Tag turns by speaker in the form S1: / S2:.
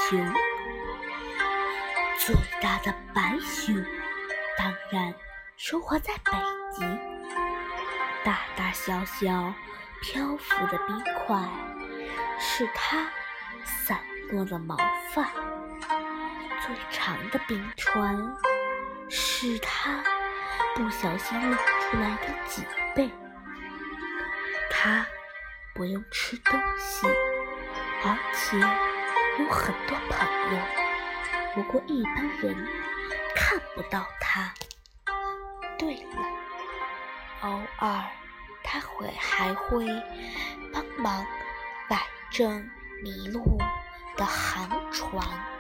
S1: 熊。最大的白熊当然生活在北极，大大小小漂浮的冰块是它散落的毛发，最长的冰川是它不小心露出来的脊背。它不用吃东西，而且有很多朋友，不过一般人看不到它。对了，偶尔它还会帮忙摆正迷路的航船。